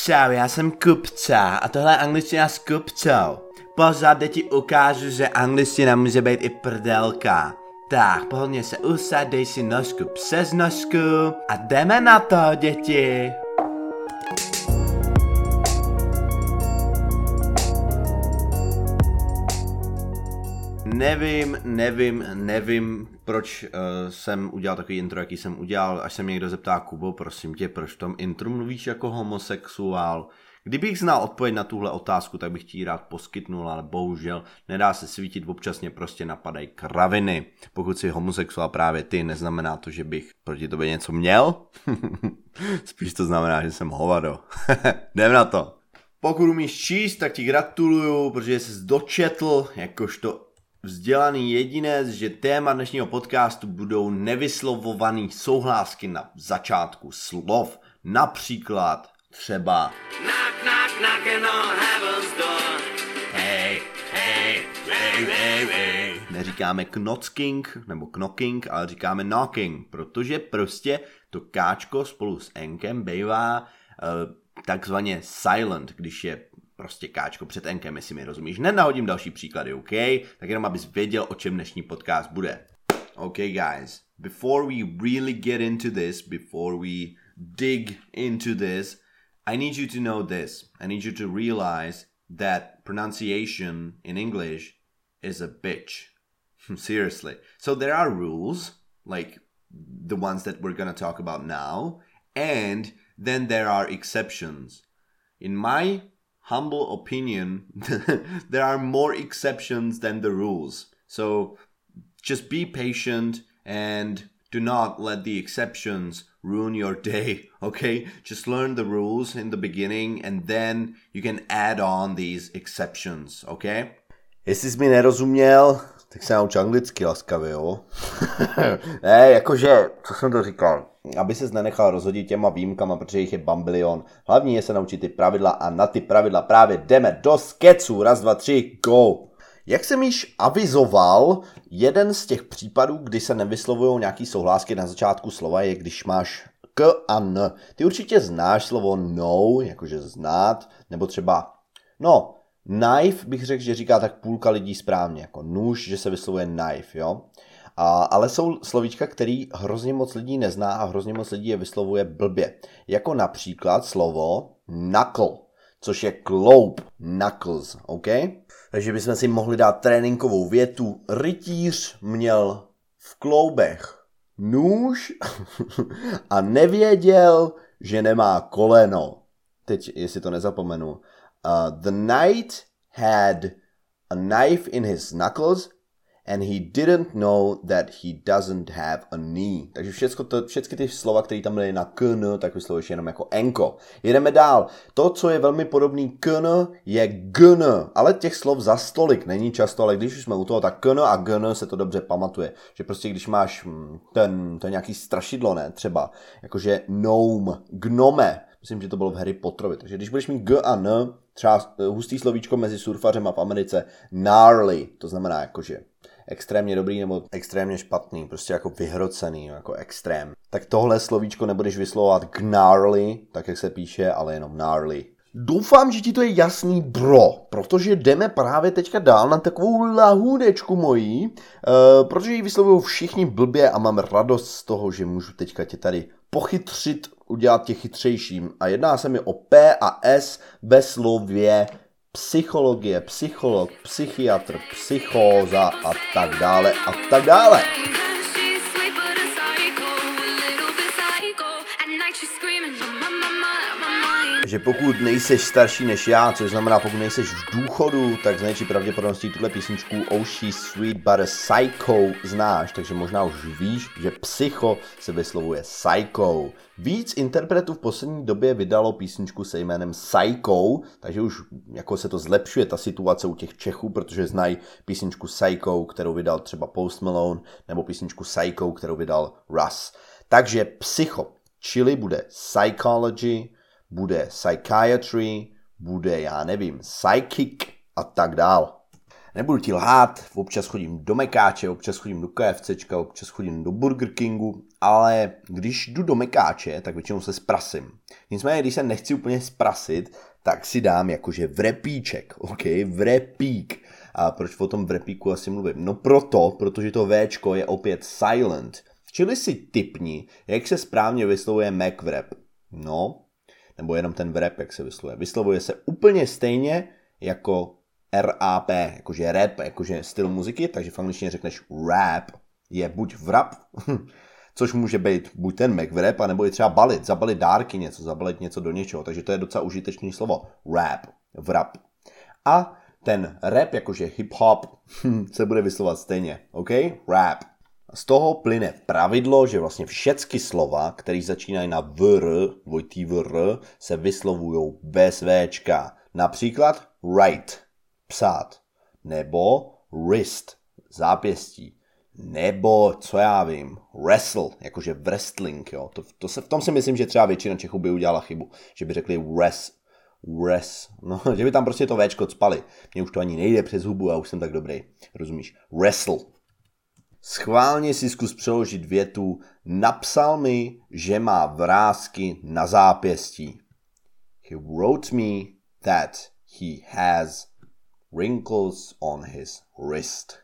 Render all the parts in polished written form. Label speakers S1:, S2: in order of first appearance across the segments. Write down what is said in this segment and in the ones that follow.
S1: Čau, já jsem Kupca a tohle je angličtina s Kupcou. Pozor, teď ti ukážu, že angličtina může být i prdelka. Tak, pohodlně se usaď, dej si nožku přes nožku a jdeme na to, děti. Nevím, proč jsem udělal takový intro, jaký jsem udělal. Až se mě někdo zeptá, Kubo, prosím tě, proč v tom intru mluvíš jako homosexuál? Kdybych znal odpověď na tuhle otázku, tak bych ti ji rád poskytnul, ale bohužel nedá se svítit, občas mě prostě napadají kraviny. Pokud jsi homosexuál právě ty, neznamená to, že bych proti tobě něco měl. Spíš to znamená, že jsem hovado. Jdem na to. Pokud umíš číst, tak ti gratuluju, protože jsi dočetl, jakožto vzdělaný jedinec, že téma dnešního podcastu budou nevyslovovaný souhlásky na začátku slov. Například třeba knock, knock, knocking on heaven's door. Hey, hey, hey, hey, hey. Neříkáme knocking nebo knocking, ale říkáme knocking, protože prostě to káčko spolu s enkem bývá takzvaně silent, když je prostě káčko před enkem, jestli mi rozumíš. Nenahodím další příklady, OK? Tak jenom abys věděl, o čem dnešní podcast bude. OK, guys. Before we really get into this, before we dig into this, I need you to know this. I need you to realize that pronunciation in English is a bitch. Seriously. So there are rules, like the ones that we're gonna talk about now, and then there are exceptions. In my humble opinion, there are more exceptions than the rules. So just be patient and do not let the exceptions ruin your day, okay? Just learn the rules in the beginning and then you can add on these exceptions, okay? Jestli jsi mi nerozuměl, tak se nauč anglicky laskavě, jo? Ne, jakože, co jsem to říkal? Aby ses nenechal rozhodit těma výjimkama, protože jich je bambilion. Hlavní je se naučit ty pravidla a na ty pravidla právě jdeme do skeců. Raz, dva, tři, go! Jak jsem již avizoval, jeden z těch případů, kdy se nevyslovují nějaký souhlásky na začátku slova, je když máš k a n. Ty určitě znáš slovo know, jakože znát, nebo třeba, no, knife bych řekl, že říká tak půlka lidí správně, jako nůž, že se vyslovuje knife, jo. Ale jsou slovíčka, který hrozně moc lidí nezná a hrozně moc lidí je vyslovuje blbě. Jako například slovo knuckle, což je kloub, knuckles, OK? Takže bychom si mohli dát tréninkovou větu. Rytíř měl v kloubech nůž a nevěděl, že nemá koleno. Teď, jestli to nezapomenu. The knight had a knife in his knuckles and he didn't know that he doesn't have a knee. Takže všechny ty slova, které tam byly na kn, tak vyslovuješ jenom jako enko. Jedeme dál. To, co je velmi podobný kn, je gn, ale těch slov za stolik není často, ale když už jsme u toho, tak kn a gn se to dobře pamatuje. Že prostě když máš to je nějaký strašidlo, ne? Třeba jakože gnome, gnome. Myslím, že to bylo v Harry Potterovi. Takže když budeš mít g a n, třeba hustý slovíčko mezi surfařem a v Americe, gnarly, to znamená jakože extrémně dobrý nebo extrémně špatný, prostě jako vyhrocený, jako extrém. Tak tohle slovíčko nebudeš vyslovovat gnarly, tak jak se píše, ale jenom gnarly. Doufám, že ti to je jasný, bro, protože jdeme právě teďka dál na takovou lahůdečku mojí, protože ji vyslovují všichni blbě a mám radost z toho, že můžu teďka tě tady pochytřit, udělat tě chytřejším. A jedná se mi o P a S ve slově psychologie, psycholog, psychiatr, psychóza a tak dále a tak dále. Že pokud nejseš starší než já, což znamená pokud nejseš v důchodu, tak z největší pravděpodobností tuhle písničku Oh She's Sweet But a Psycho znáš, takže možná už víš, že psycho se vyslovuje psycho. Víc interpretů v poslední době vydalo písničku se jménem Psycho, takže už jako se to zlepšuje ta situace u těch Čechů, protože znají písničku Psycho, kterou vydal třeba Post Malone, nebo písničku Psycho, kterou vydal Russ. Takže psycho, čili bude psychology, bude psychiatry, bude, já nevím, psychic a tak dál. Nebudu ti lhát, občas chodím do Mekáče, občas chodím do KFCčka, občas chodím do Burger Kingu, ale když jdu do Mekáče, tak většinou se sprasím. Nicméně, když se nechci úplně sprasit, tak si dám jakože vrepíček, ok? Vrepík. A proč o tom vrepíku asi mluvím? No protože to Včko je opět silent. Čili si tipni, jak se správně vyslovuje McWrap. No, nebo jenom ten wrap, jak se vyslovuje. Vyslovuje se úplně stejně jako RAP, jakože rap, jakože styl muziky, takže v angličtině řekneš rap, je buď wrap, což může být buď ten McWrap, anebo je třeba zabalit dárky něco, zabalit něco do něčeho, takže to je docela užitečné slovo, rap, wrap. A ten rap, jakože hip-hop, se bude vyslovovat stejně, ok? Rap. Z toho plyne pravidlo, že vlastně všechny slova, které začínají na vr, dvojitý vr, se vyslovují bez Včka. Například write, psát, nebo wrist, zápěstí, nebo, co já vím, wrestle, jakože wrestling, jo. V tom si myslím, že třeba většina Čechů by udělala chybu, že by řekli no, že by tam prostě to Včko cpali. Mně už to ani nejde přes hubu, já už jsem tak dobrý, rozumíš? Wrestle. Schválně si zkus přeložit větu, napsal mi, že má vrásky na zápěstí. He wrote me that he has wrinkles on his wrist.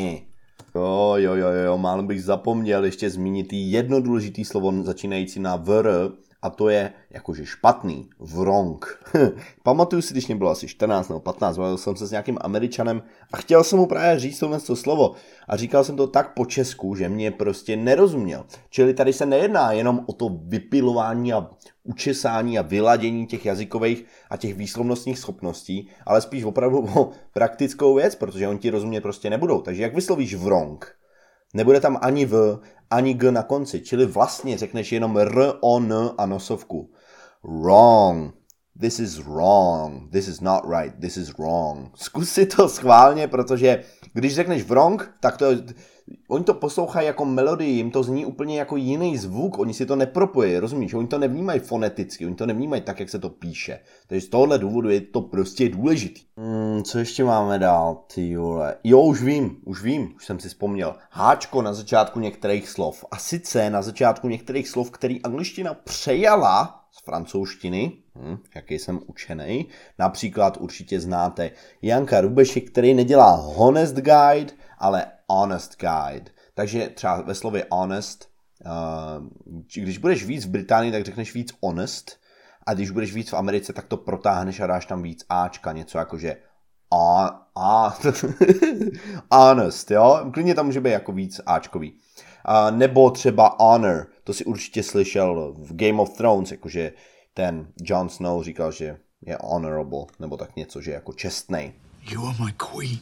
S1: Jo, málem bych zapomněl ještě zmínit jedno důležité slovo začínající na vr, a to je jakože špatný, wrong. Pamatuju si, když mě bylo asi 14 nebo 15, bavil jsem se s nějakým Američanem a chtěl jsem mu právě říct tohle slovo. A říkal jsem to tak po česku, že mě prostě nerozuměl. Čili tady se nejedná jenom o to vypilování a učesání a vyladění těch jazykových a těch výslovnostních schopností, ale spíš opravdu o praktickou věc, protože oni ti rozumět prostě nebudou. Takže jak vyslovíš wrong? Nebude tam ani v, ani g na konci, čili vlastně řekneš jenom r, o, n a nosovku. Wrong. This is wrong. This is not right. This is wrong. Zkus si to schválně, protože když řekneš wrong, tak oni to poslouchají jako melodii, jim to zní úplně jako jiný zvuk, oni si to nepropojí, rozumíš? Oni to nevnímají foneticky, oni to nevnímají tak, jak se to píše. Takže z tohohle důvodu je to prostě důležitý. Co ještě máme dál, ty vole? Jo, už vím, už jsem si vzpomněl. Háčko na začátku některých slov. A sice na začátku některých slov, který angličtina přejala z francouzštiny, jaký jsem učenej. Například určitě znáte Janka Rubešek, který nedělá honest guide, ale honest guide. Takže třeba ve slově honest, když budeš víc v Británii, tak řekneš víc honest, a když budeš víc v Americe, tak to protáhneš a dáš tam víc áčka, něco jakože honest, jo? Klidně tam může být jako víc áčkový. Nebo třeba honor, to si určitě slyšel v Game of Thrones, jakože ten Jon Snow říkal, že je honorable, nebo tak něco, že je jako čestnej.
S2: You are my queen.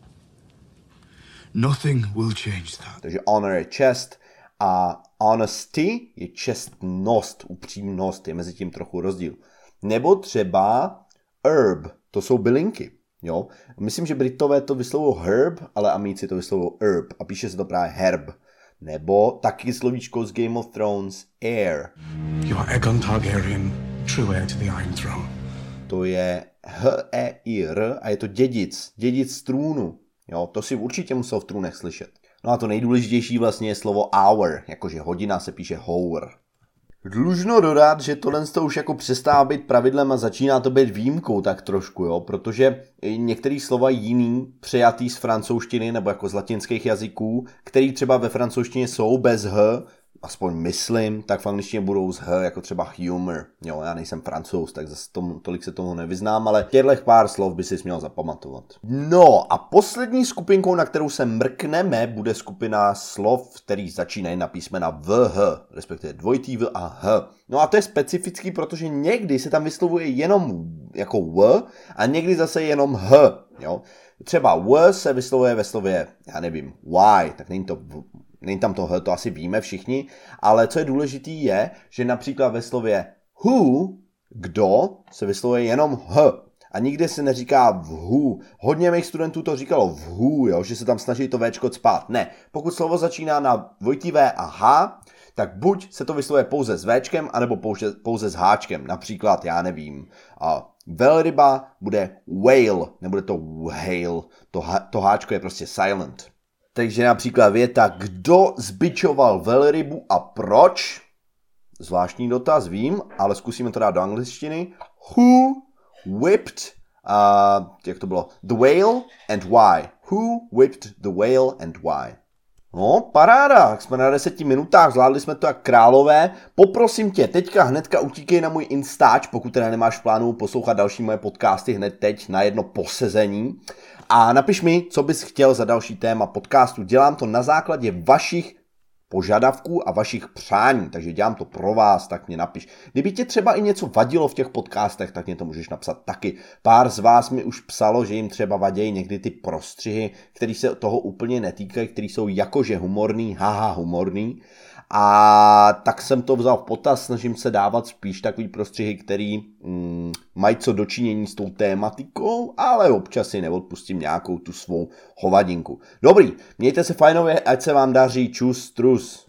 S2: Nothing will change that.
S1: Takže honor je čest a honesty je čestnost, upřímnost, je mezi tím trochu rozdíl. Nebo třeba herb, to jsou bylinky. Jo? Myslím, že Britové to vyslovují herb, ale Amíci to vyslovují herb a píše se to právě herb. Nebo taky slovíčko z Game of Thrones, heir.
S2: You are Aegon Targaryen, true heir to the Iron Throne.
S1: To je H-E-I-R a je to dědic trůnu. Jo, to si určitě musel v trůnech slyšet. No a to nejdůležitější vlastně je slovo hour, jakože hodina se píše hour. Dlužno dodat, že tohle už jako přestává být pravidlem a začíná to být výjimkou tak trošku, jo, protože některé slova jiný přejatý z francouzštiny nebo jako z latinských jazyků, který třeba ve francouzštině jsou bez h, aspoň myslím, tak v angličtině budou z h, jako třeba humor. Jo, já nejsem Francouz, tak zase tolik se tomu nevyznám, ale těchto pár slov by si měl zapamatovat. No a poslední skupinkou, na kterou se mrkneme, bude skupina slov, který začínají na písmena vh, respektive dvojitý v a h. No a to je specifický, protože někdy se tam vyslovuje jenom jako v a někdy zase jenom h. Jo. Třeba v se vyslovuje ve slově, já nevím, why, tak není tam to h, to asi víme všichni, ale co je důležitý je, že například ve slově who, kdo, se vyslovuje jenom h. A nikde se neříká vhu. Hodně mých studentů to říkalo vhu, jo, že se tam snaží to véčko cpát. Ne, pokud slovo začíná na dvojitý v a h, tak buď se to vyslovuje pouze s Včkem, anebo pouze s háčkem. Například, já nevím, velryba bude whale, nebude to whale, to háčko je prostě silent. Takže například věta, kdo zbičoval velrybu a proč? Zvláštní dotaz, vím, ale zkusíme to dát do angličtiny. Who whipped, jak to bylo, the whale and why? Who whipped the whale and why? No, paráda, jsme na 10 minutách, zvládli jsme to jak králové. Poprosím tě, teďka hnedka utíkej na můj Instač, pokud teda nemáš v plánu poslouchat další moje podcasty hned teď na jedno posezení. A napiš mi, co bys chtěl za další téma podcastu. Dělám to na základě vašich požadavků a vašich přání, takže dělám to pro vás, tak mě napiš. Kdyby tě třeba i něco vadilo v těch podcastech, tak mě to můžeš napsat taky. Pár z vás mi už psalo, že jim třeba vadějí někdy ty prostřihy, které se toho úplně netýkají, které jsou jakože humorný, humorný. A tak jsem to vzal v potaz, snažím se dávat spíš takový prostřihy, který mají co dočinění s tou tématikou, ale občas si neodpustím nějakou tu svou hovadinku. Dobrý, mějte se fajnově, ať se vám daří, čus, trus.